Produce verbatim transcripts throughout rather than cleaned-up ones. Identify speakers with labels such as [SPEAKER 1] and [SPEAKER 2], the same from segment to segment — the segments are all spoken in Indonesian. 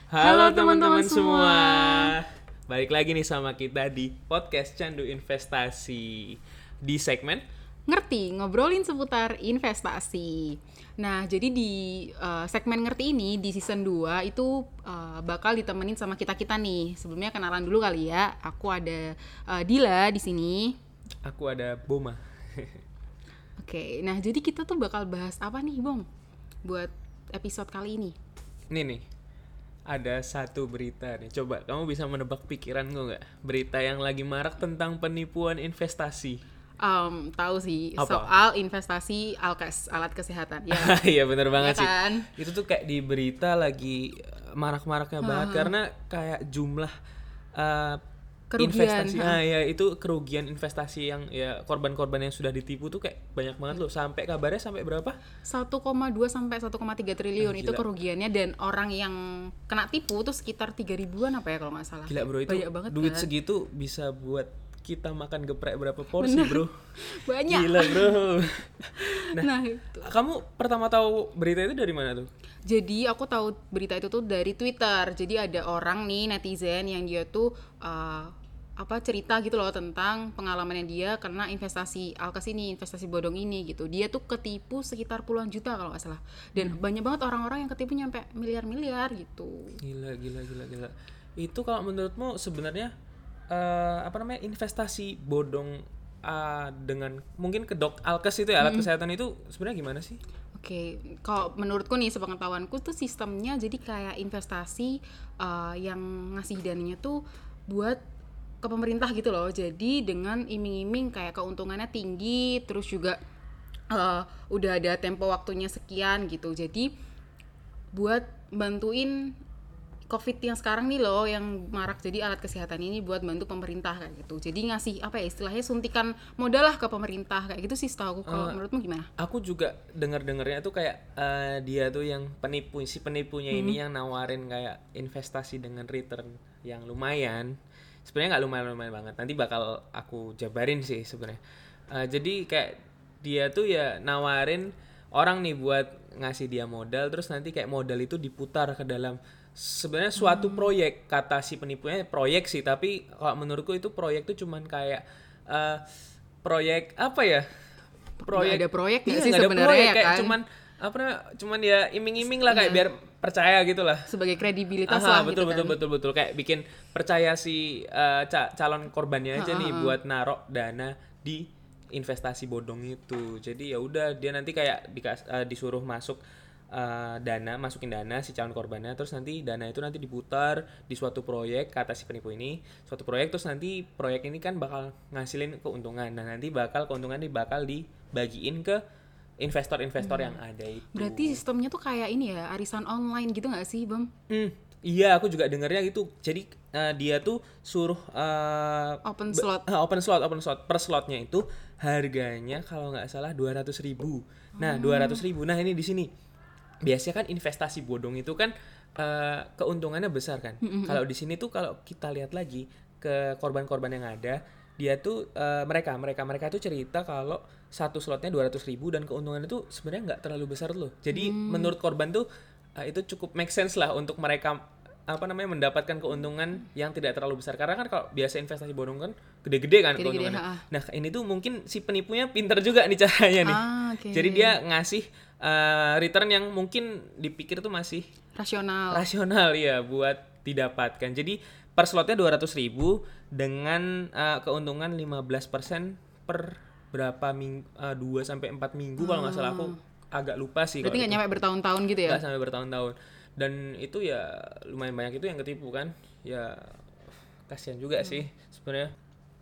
[SPEAKER 1] Halo teman-teman semua. Balik lagi nih sama kita di podcast Candu Investasi di segmen
[SPEAKER 2] Ngerti, ngobrolin seputar investasi. Nah, jadi di uh, segmen Ngerti ini di season dua itu uh, bakal ditemenin sama kita-kita nih. Sebelumnya kenalan dulu kali ya. Aku ada uh, Dila di sini.
[SPEAKER 1] Aku ada Boma.
[SPEAKER 2] Oke, nah jadi kita tuh bakal bahas apa nih, Bom? Buat episode kali ini.
[SPEAKER 1] Nih nih. Ada satu berita nih. Coba kamu bisa menebak pikiran gue nggak? Berita yang lagi marak tentang penipuan investasi.
[SPEAKER 2] Um, tahu sih.
[SPEAKER 1] Apa?
[SPEAKER 2] Soal investasi alkes, alat kesehatan. Ya.
[SPEAKER 1] Iya bener banget
[SPEAKER 2] Ya
[SPEAKER 1] sih.
[SPEAKER 2] kan?
[SPEAKER 1] Itu tuh kayak di berita lagi marak-maraknya banget karena kayak jumlah uh,
[SPEAKER 2] Kerugian,
[SPEAKER 1] investasi,
[SPEAKER 2] ha.
[SPEAKER 1] ah ya itu kerugian investasi yang ya korban-korban yang sudah ditipu tuh kayak banyak banget loh. Sampai kabarnya sampai berapa?
[SPEAKER 2] satu koma dua sampai satu koma tiga triliun
[SPEAKER 1] Ah,
[SPEAKER 2] itu
[SPEAKER 1] gila.
[SPEAKER 2] kerugiannya, dan orang yang kena tipu tuh sekitar tiga ribuan apa ya kalau nggak salah.
[SPEAKER 1] Gila bro, itu
[SPEAKER 2] banyak banget
[SPEAKER 1] duit
[SPEAKER 2] kan?
[SPEAKER 1] segitu bisa buat kita makan geprek berapa porsi bro.
[SPEAKER 2] Banyak.
[SPEAKER 1] Gila bro. Nah,
[SPEAKER 2] Nah, itu.
[SPEAKER 1] kamu pertama tahu berita itu dari mana tuh?
[SPEAKER 2] Jadi aku tahu berita itu tuh dari Twitter. Jadi ada orang nih, netizen, yang dia tuh uh, apa cerita gitu loh tentang pengalamannya dia kena investasi alkes ini, investasi bodong ini gitu. Dia tuh ketipu sekitar puluhan juta kalau nggak salah. Dan banyak banget orang-orang yang ketipu nyampe miliar-miliar gitu.
[SPEAKER 1] Gila, gila, gila, gila. Itu kalau menurutmu sebenarnya eh, apa namanya investasi bodong ah, dengan mungkin kedok alkes itu ya, alat kesehatan itu sebenarnya gimana sih?
[SPEAKER 2] Oke, kalau menurutku nih, sepengetahuanku tuh sistemnya jadi kayak investasi uh, yang ngasih dananya tuh buat ke pemerintah gitu loh. Jadi dengan iming-iming kayak keuntungannya tinggi, terus juga uh, udah ada tempo waktunya sekian gitu. Jadi buat bantuin COVID yang sekarang nih loh, yang marak, jadi alat kesehatan ini buat bantu pemerintah kayak gitu. Jadi ngasih apa ya istilahnya, suntikan modal lah ke pemerintah kayak gitu sih setahu aku. Kalau
[SPEAKER 1] Uh,
[SPEAKER 2] menurutmu gimana?
[SPEAKER 1] Aku juga dengar-dengarnya tuh kayak eh, dia tuh yang penipu, si penipunya ini yang nawarin kayak investasi dengan return yang lumayan. Sebenarnya nggak lumayan-lumayan banget. Nanti bakal aku jabarin sih sebenarnya. Eh, jadi kayak dia tuh ya nawarin orang nih buat ngasih dia modal, terus nanti kayak modal itu diputar ke dalam sebenarnya suatu proyek. Kata si penipunya proyek sih, tapi kalau menurutku itu proyek tuh cuman kayak eh, proyek apa ya?
[SPEAKER 2] Nggak ada proyek nggak
[SPEAKER 1] Iya,
[SPEAKER 2] sih
[SPEAKER 1] nggak ada
[SPEAKER 2] sebenarnya
[SPEAKER 1] proyek,
[SPEAKER 2] ya
[SPEAKER 1] kayak
[SPEAKER 2] kan?
[SPEAKER 1] cuman apa namanya, cuman ya iming-iming lah kayak biar percaya gitu lah.
[SPEAKER 2] Sebagai kredibilitas
[SPEAKER 1] Aha,
[SPEAKER 2] lah
[SPEAKER 1] betul
[SPEAKER 2] gitu
[SPEAKER 1] betul
[SPEAKER 2] kan.
[SPEAKER 1] betul betul kayak bikin percaya si eh, ca- calon korbannya aja nih buat narok dana di investasi bodong itu. Jadi ya udah dia nanti kayak dikas- eh, disuruh masuk eh, dana, masukin dana si calon korbannya, terus nanti dana itu nanti diputar di suatu proyek kata si penipu ini, suatu proyek, terus nanti proyek ini kan bakal ngasilin keuntungan. Nah, nanti bakal keuntungan ini bakal dibagiin ke investor-investor yang ada itu.
[SPEAKER 2] Berarti sistemnya tuh kayak ini ya, arisan online gitu nggak sih, Bang?
[SPEAKER 1] Hmm, iya aku juga dengarnya gitu. Jadi eh, dia tuh suruh eh,
[SPEAKER 2] Open
[SPEAKER 1] be-
[SPEAKER 2] slot.
[SPEAKER 1] ah, open slot, open slot per slotnya itu harganya kalau nggak salah dua ratus ribu. Nah, dua ratus ribu. Nah, ini di sini biasanya kan investasi bodong itu kan eh, keuntungannya besar kan. Kalau di sini tuh kalau kita lihat lagi ke korban-korban yang ada, dia tuh eh, mereka mereka mereka tuh cerita kalau satu slotnya dua ratus ribu dan keuntungannya tuh sebenarnya nggak terlalu besar loh. Jadi menurut korban tuh eh, itu cukup make sense lah untuk mereka apa namanya mendapatkan keuntungan yang tidak terlalu besar, karena kan kalau biasa investasi bodong kan gede-gede kan
[SPEAKER 2] Gede-gede,
[SPEAKER 1] keuntungannya.
[SPEAKER 2] ha-ha.
[SPEAKER 1] Nah, ini tuh mungkin si penipunya pinter juga nih caranya nih.
[SPEAKER 2] Ah, oke.
[SPEAKER 1] Jadi dia ngasih uh, return yang mungkin dipikir tuh masih
[SPEAKER 2] Rasional.
[SPEAKER 1] rasional ya buat didapatkan. Jadi per slotnya dua ratus ribu dengan uh, keuntungan lima belas persen per berapa minggu, uh, dua sampai empat minggu kalau nggak salah, aku agak lupa sih.
[SPEAKER 2] Berarti
[SPEAKER 1] kalau
[SPEAKER 2] nggak
[SPEAKER 1] itu.
[SPEAKER 2] nyampe bertahun-tahun gitu ya?
[SPEAKER 1] Nggak sampai bertahun-tahun. Dan itu ya lumayan banyak itu yang ketipu kan. Ya kasihan juga sih sebenarnya.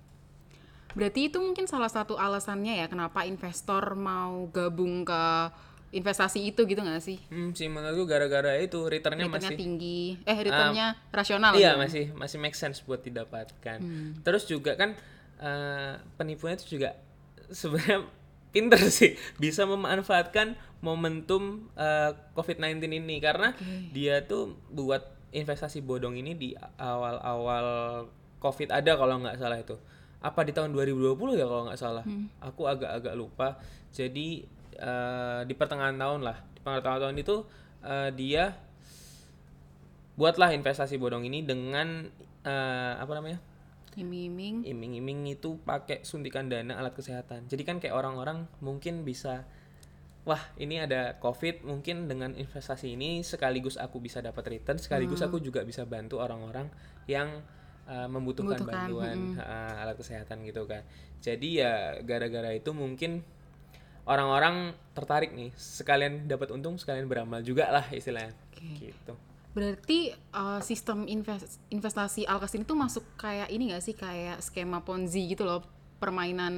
[SPEAKER 2] Berarti itu mungkin salah satu alasannya ya kenapa investor mau gabung ke investasi itu gitu nggak sih?
[SPEAKER 1] Hmm, sih menurutku gara-gara itu returnnya
[SPEAKER 2] Returnnya
[SPEAKER 1] masih
[SPEAKER 2] tinggi. Eh, returnnya rasional
[SPEAKER 1] iya
[SPEAKER 2] gitu.
[SPEAKER 1] masih masih make sense buat didapatkan. Terus juga kan eh, penipunya itu juga sebenarnya pinter sih, bisa memanfaatkan momentum eh, covid sembilan belas ini, karena dia tuh buat investasi bodong ini di awal-awal covid ada kalau nggak salah itu. Apa di tahun dua ribu dua puluh ya kalau nggak salah. Aku agak-agak lupa. Jadi eh, di pertengahan tahun lah. Di pertengahan tahun itu eh, dia buatlah investasi bodong ini dengan uh, apa namanya?
[SPEAKER 2] Iming-iming.
[SPEAKER 1] Iming-iming itu pakai suntikan dana alat kesehatan. Jadi kan kayak orang-orang mungkin bisa, wah ini ada COVID, mungkin dengan investasi ini sekaligus aku bisa dapat return, sekaligus hmm. aku juga bisa bantu orang-orang yang uh, membutuhkan, membutuhkan bantuan hmm. uh, alat kesehatan gitu kan. Jadi ya gara-gara itu mungkin orang-orang tertarik nih, sekalian dapat untung, sekalian beramal juga lah istilahnya. Okay. Gitu.
[SPEAKER 2] Berarti uh, sistem invest, investasi Alkes ini tuh masuk kayak ini nggak sih, kayak skema Ponzi gitu loh, permainan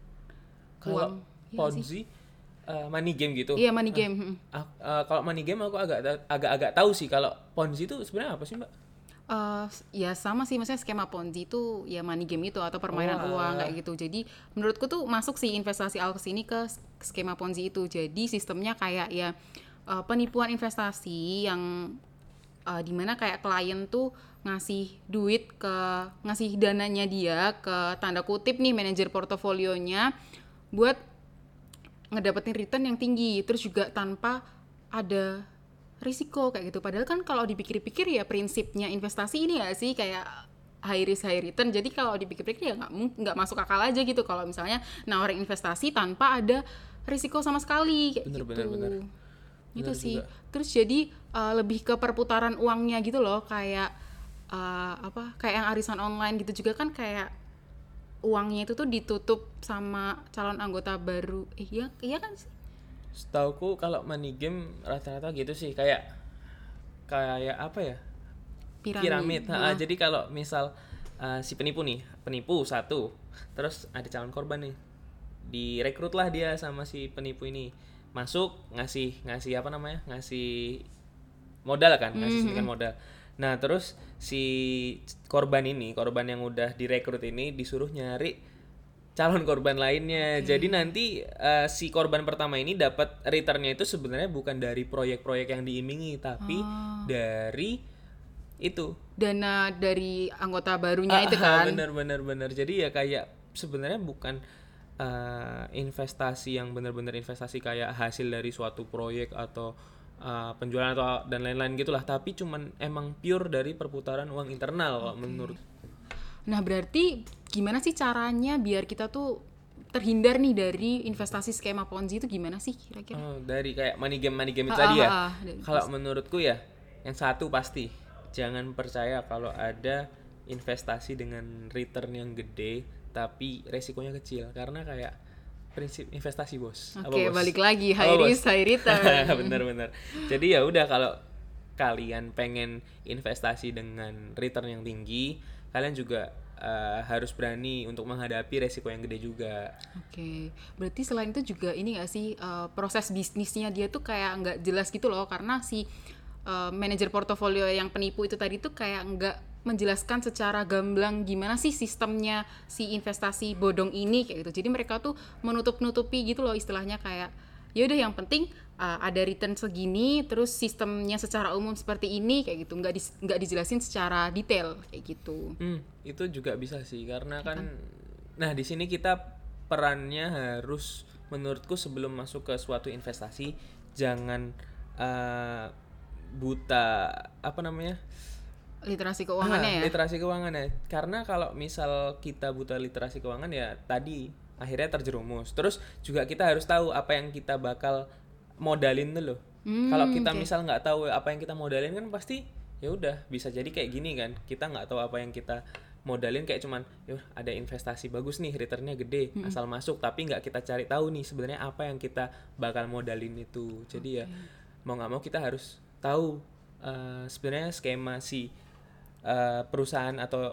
[SPEAKER 1] kalau
[SPEAKER 2] uang.
[SPEAKER 1] Ponzi, ya uh, money game gitu.
[SPEAKER 2] Iya money game.
[SPEAKER 1] Uh, uh, uh, kalau money game aku agak agak-agak tahu sih. Kalau Ponzi itu sebenarnya apa sih Mbak?
[SPEAKER 2] Uh, ya sama sih, maksudnya skema Ponzi itu ya money game itu atau permainan oh, uang kayak gitu. Jadi menurutku tuh masuk sih investasi Alkes ini ke skema Ponzi itu. Jadi sistemnya kayak ya uh, penipuan investasi yang Uh, dimana kayak klien tuh ngasih duit ke ngasih dananya dia ke tanda kutip nih manajer portofolionya buat ngedapetin return yang tinggi, terus juga tanpa ada risiko kayak gitu. Padahal kan kalau dipikir-pikir ya prinsipnya investasi ini ya sih kayak high risk high return. Jadi kalau dipikir-pikir ya nggak nggak masuk akal aja gitu kalau misalnya nawarin investasi tanpa ada risiko sama sekali kayak
[SPEAKER 1] bener,
[SPEAKER 2] gitu.
[SPEAKER 1] Bener, bener.
[SPEAKER 2] Itu
[SPEAKER 1] Bener
[SPEAKER 2] sih
[SPEAKER 1] juga.
[SPEAKER 2] Terus jadi uh, lebih ke perputaran uangnya gitu loh, kayak uh, apa kayak yang arisan online gitu juga kan, kayak uangnya itu tuh ditutup sama calon anggota baru. Eh iya iya kan sih,
[SPEAKER 1] setauku kalau money game rata-rata gitu sih, kayak kayak apa ya,
[SPEAKER 2] piramid,
[SPEAKER 1] piramid.
[SPEAKER 2] Nah.
[SPEAKER 1] Nah, jadi kalau misal uh, si penipu nih penipu satu, terus ada calon korban nih, direkrutlah dia sama si penipu ini, masuk ngasih ngasih apa namanya ngasih modal kan, ngasih suntikan mm-hmm. modal. Nah terus si korban ini korban yang udah direkrut ini disuruh nyari calon korban lainnya. Okay. Jadi nanti uh, si korban pertama ini dapat returnnya itu sebenarnya bukan dari proyek-proyek yang diimingi, tapi oh. dari itu
[SPEAKER 2] dana dari anggota barunya ah, itu kan.
[SPEAKER 1] Bener bener bener. Jadi ya kayak sebenarnya bukan Uh, investasi yang benar-benar investasi kayak hasil dari suatu proyek atau uh, penjualan atau dan lain-lain gitulah, tapi cuman emang pure dari perputaran uang internal okay. menurut.
[SPEAKER 2] Nah berarti gimana sih caranya biar kita tuh terhindar nih dari investasi skema Ponzi itu, gimana sih kira-kira?
[SPEAKER 1] Oh, dari kayak money game money game itu ah, tadi ah, ya. Ah, kalau menurutku ya yang satu pasti jangan percaya kalau ada investasi dengan return yang gede tapi resikonya kecil, karena kayak prinsip investasi bos.
[SPEAKER 2] Oke, okay, balik lagi high apa, risk high return.
[SPEAKER 1] Bener-bener. Jadi ya udah, kalau kalian pengen investasi dengan return yang tinggi, kalian juga uh, harus berani untuk menghadapi resiko yang gede juga.
[SPEAKER 2] Oke, okay. Berarti selain itu juga ini nggak sih uh, proses bisnisnya dia tuh kayak nggak jelas gitu loh, karena si uh, manajer portofolio yang penipu itu tadi tuh kayak nggak menjelaskan secara gamblang gimana sih sistemnya si investasi bodong ini kayak gitu. Jadi mereka tuh menutup-nutupi gitu loh istilahnya, kayak ya udah yang penting uh, ada return segini, terus sistemnya secara umum seperti ini kayak gitu. Nggak di, nggak dijelasin secara detail kayak gitu.
[SPEAKER 1] Hmm, itu juga bisa sih, karena kan, kan nah di sini kita perannya harus menurutku sebelum masuk ke suatu investasi jangan uh, buta apa namanya?
[SPEAKER 2] literasi keuangannya
[SPEAKER 1] nah,
[SPEAKER 2] ya.
[SPEAKER 1] Literasi keuangannya. Karena kalau misal kita buta literasi keuangan ya tadi akhirnya terjerumus. Terus juga kita harus tahu apa yang kita bakal modalin tuh loh. Hmm, kalau kita okay. misal nggak tahu apa yang kita modalin kan pasti ya udah bisa jadi kayak gini kan. Kita nggak tahu apa yang kita modalin, kayak cuman yuk ada investasi bagus nih, returnnya gede, hmm. asal masuk, tapi nggak kita cari tahu nih sebenarnya apa yang kita bakal modalin itu. Jadi okay. ya mau nggak mau kita harus tahu uh, sebenarnya skema si Uh, perusahaan atau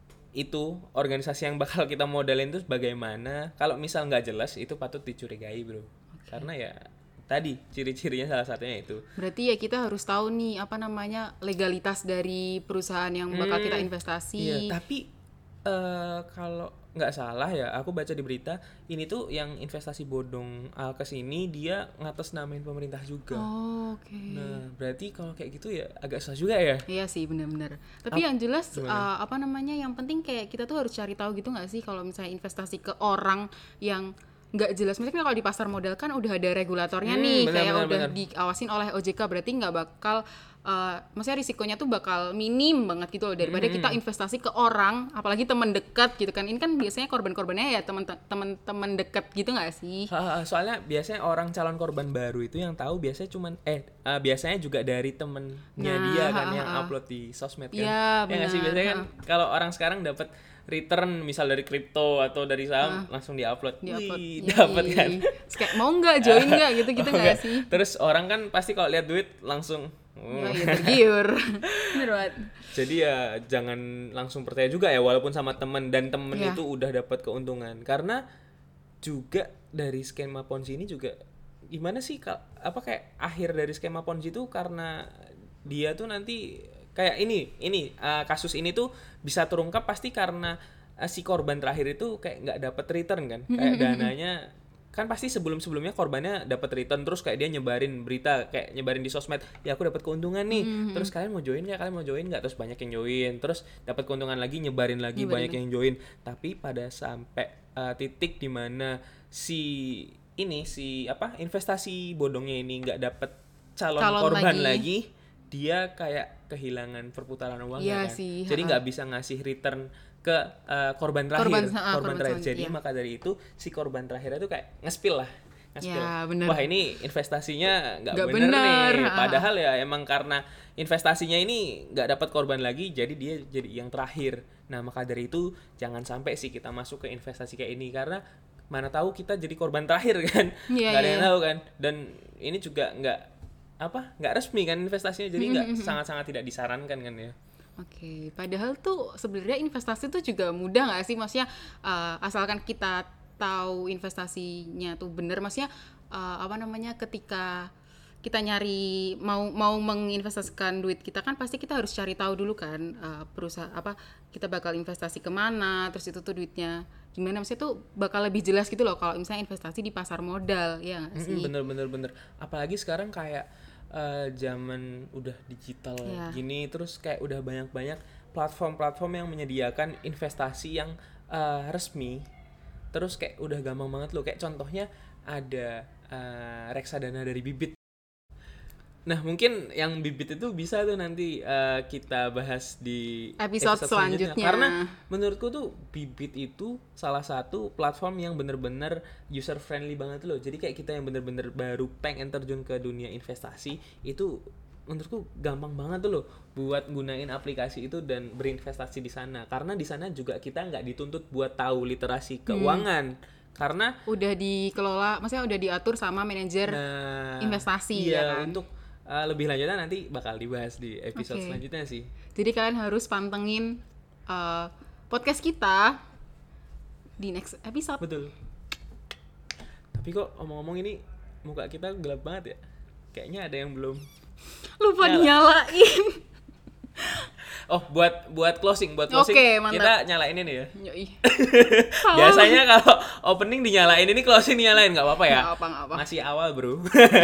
[SPEAKER 1] itu organisasi yang bakal kita modalin itu bagaimana. Kalau misal nggak jelas itu patut dicurigai bro. Okay. Karena ya tadi ciri-cirinya salah satunya itu.
[SPEAKER 2] Berarti ya kita harus tahu nih apa namanya legalitas dari perusahaan yang bakal
[SPEAKER 1] hmm,
[SPEAKER 2] kita investasi.
[SPEAKER 1] Iya, tapi uh, kalau nggak salah ya, aku baca di berita ini tuh yang investasi bodong Alkes ini dia ngatasnamain pemerintah juga.
[SPEAKER 2] Oh, oke. Okay.
[SPEAKER 1] Nah, berarti kalau kayak gitu ya agak susah juga ya.
[SPEAKER 2] Iya sih, benar-benar. Tapi Ap- yang jelas uh, apa namanya yang penting kayak kita tuh harus cari tahu gitu nggak sih kalau misalnya investasi ke orang yang nggak jelas. Misalnya kalau di pasar modal kan udah ada regulatornya hmm, nih, bener, kayak bener, udah bener. diawasin oleh O J K, berarti nggak bakal uh, maksudnya risikonya tuh bakal minim banget gitu loh daripada
[SPEAKER 1] Mm-hmm.
[SPEAKER 2] kita investasi ke orang, apalagi teman dekat gitu kan. Ini kan biasanya korban-korbannya ya teman-teman teman dekat gitu nggak sih?
[SPEAKER 1] Ha, ha, soalnya biasanya orang calon korban baru itu yang tahu biasanya cuman eh uh, biasanya juga dari temennya
[SPEAKER 2] Nah,
[SPEAKER 1] dia kan
[SPEAKER 2] ha,
[SPEAKER 1] yang
[SPEAKER 2] ha.
[SPEAKER 1] upload di sosmed kan.
[SPEAKER 2] Iya,
[SPEAKER 1] Ya nggak sih,
[SPEAKER 2] benar,
[SPEAKER 1] biasanya kan
[SPEAKER 2] ha.
[SPEAKER 1] kalau orang sekarang dapat return misal dari kripto atau dari saham langsung diupload.
[SPEAKER 2] Di-upload.
[SPEAKER 1] Wih,
[SPEAKER 2] Yoi.
[SPEAKER 1] dapat kan.
[SPEAKER 2] Terus kayak mau nggak join nggak gitu-gitu
[SPEAKER 1] Oh,
[SPEAKER 2] nggak
[SPEAKER 1] enggak.
[SPEAKER 2] sih?
[SPEAKER 1] Terus orang kan pasti kalau lihat duit langsung oh.
[SPEAKER 2] Oh, iya tergiur. Bener banget.
[SPEAKER 1] Jadi ya jangan langsung percaya juga ya walaupun sama temen dan temen
[SPEAKER 2] Iya.
[SPEAKER 1] itu udah dapat keuntungan karena juga dari skema Ponzi ini juga gimana sih Kak, apa kayak akhir dari skema Ponzi itu karena dia tuh nanti kayak ini ini uh, kasus ini tuh bisa terungkap pasti karena uh, si korban terakhir itu kayak nggak dapat return kan kayak dananya kan pasti sebelum-sebelumnya korbannya dapat return terus kayak dia nyebarin berita kayak nyebarin di sosmed ya aku dapat keuntungan nih
[SPEAKER 2] Mm-hmm.
[SPEAKER 1] terus kalian mau join nggak kalian mau join nggak terus banyak yang join terus dapat keuntungan lagi nyebarin lagi
[SPEAKER 2] Nyebarin
[SPEAKER 1] banyak yang join tapi pada sampai uh, titik dimana si ini si apa investasi bodongnya ini nggak dapat calon,
[SPEAKER 2] Calon
[SPEAKER 1] korban
[SPEAKER 2] lagi.
[SPEAKER 1] lagi. Dia kayak kehilangan perputaran uangnya
[SPEAKER 2] Iya
[SPEAKER 1] kan
[SPEAKER 2] sih,
[SPEAKER 1] jadi
[SPEAKER 2] ha.
[SPEAKER 1] nggak bisa ngasih return ke uh, korban terakhir
[SPEAKER 2] Korban,
[SPEAKER 1] korban,
[SPEAKER 2] ha, korban
[SPEAKER 1] terakhir
[SPEAKER 2] selanjutnya,
[SPEAKER 1] jadi
[SPEAKER 2] iya.
[SPEAKER 1] maka dari itu si korban terakhir itu kayak nge-spill lah nge-spill.
[SPEAKER 2] Ya, bener.
[SPEAKER 1] Wah ini investasinya nggak
[SPEAKER 2] Nggak
[SPEAKER 1] bener,
[SPEAKER 2] bener,
[SPEAKER 1] nih
[SPEAKER 2] ha.
[SPEAKER 1] padahal ya emang karena investasinya ini nggak dapat korban lagi jadi dia jadi yang terakhir. Nah maka dari itu jangan sampai sih kita masuk ke investasi kayak ini karena mana tahu kita jadi korban terakhir kan
[SPEAKER 2] Iya,
[SPEAKER 1] nggak ada
[SPEAKER 2] iya,
[SPEAKER 1] yang
[SPEAKER 2] iya.
[SPEAKER 1] tahu kan dan ini juga nggak apa nggak resmi kan investasinya jadi nggak sangat-sangat tidak disarankan kan ya.
[SPEAKER 2] Oke, padahal tuh sebenarnya investasi tuh juga mudah nggak sih? Maksudnya uh, asalkan kita tahu investasinya tuh bener, maksudnya uh, apa namanya ketika kita nyari mau mau menginvestasikan duit kita kan pasti kita harus cari tahu dulu kan uh, perusahaan apa kita bakal investasi kemana, terus itu tuh duitnya gimana, maksudnya tuh bakal lebih jelas gitu loh kalau misalnya investasi di pasar modal ya nggak sih?
[SPEAKER 1] Mm-mm, bener bener bener apalagi sekarang kayak uh, zaman udah digital
[SPEAKER 2] Iya.
[SPEAKER 1] gini terus kayak udah banyak-banyak platform-platform yang menyediakan investasi yang uh, resmi terus kayak udah gampang banget loh kayak contohnya ada uh, reksadana dari Bibit. Nah mungkin yang Bibit itu bisa tuh nanti uh, kita bahas di
[SPEAKER 2] Episode selanjutnya.
[SPEAKER 1] karena menurutku tuh Bibit itu salah satu platform yang bener-bener user friendly banget loh jadi kayak kita yang bener-bener baru pengen terjun ke dunia investasi itu menurutku gampang banget tuh loh buat gunain aplikasi itu dan berinvestasi di sana karena di sana juga kita nggak dituntut buat tahu literasi keuangan karena
[SPEAKER 2] Udah dikelola, maksudnya udah diatur sama manajer
[SPEAKER 1] nah,
[SPEAKER 2] investasi
[SPEAKER 1] iya,
[SPEAKER 2] ya kan?
[SPEAKER 1] untuk uh, lebih lanjutnya nanti bakal dibahas di episode
[SPEAKER 2] Oke.
[SPEAKER 1] selanjutnya sih.
[SPEAKER 2] Jadi kalian harus pantengin uh, podcast kita di next episode.
[SPEAKER 1] Betul. Tapi kok omong-omong ini muka kita gelap banget ya. Kayaknya ada yang belum.
[SPEAKER 2] Lupa
[SPEAKER 1] Nyala.
[SPEAKER 2] dinyalain.
[SPEAKER 1] Oh, buat buat closing, buat closing
[SPEAKER 2] Oke, mantap.
[SPEAKER 1] kita nyalain ini ya.
[SPEAKER 2] Yoi.
[SPEAKER 1] Biasanya kalau opening dinyalain, ini closing dinyalain nggak apa-apa ya?
[SPEAKER 2] Nggak apa, nggak apa.
[SPEAKER 1] Masih awal, Bro.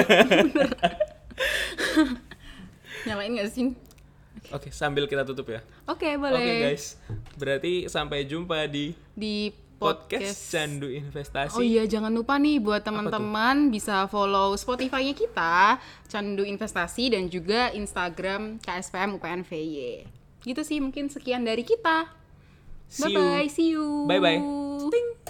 [SPEAKER 2] Nyalain nggak sih?
[SPEAKER 1] Oke, sambil kita tutup ya.
[SPEAKER 2] Oke,
[SPEAKER 1] Oke,
[SPEAKER 2] boleh.
[SPEAKER 1] guys. Berarti sampai jumpa di
[SPEAKER 2] Di
[SPEAKER 1] podcast
[SPEAKER 2] podcast.
[SPEAKER 1] Candu Investasi.
[SPEAKER 2] Oh iya, jangan lupa nih buat teman-teman bisa follow Spotify-nya kita, Candu Investasi, dan juga Instagram K S P M U P N V Y. Gitu sih, mungkin sekian dari kita.
[SPEAKER 1] See you.
[SPEAKER 2] Bye-bye, see you.
[SPEAKER 1] Bye-bye.
[SPEAKER 2] Ting.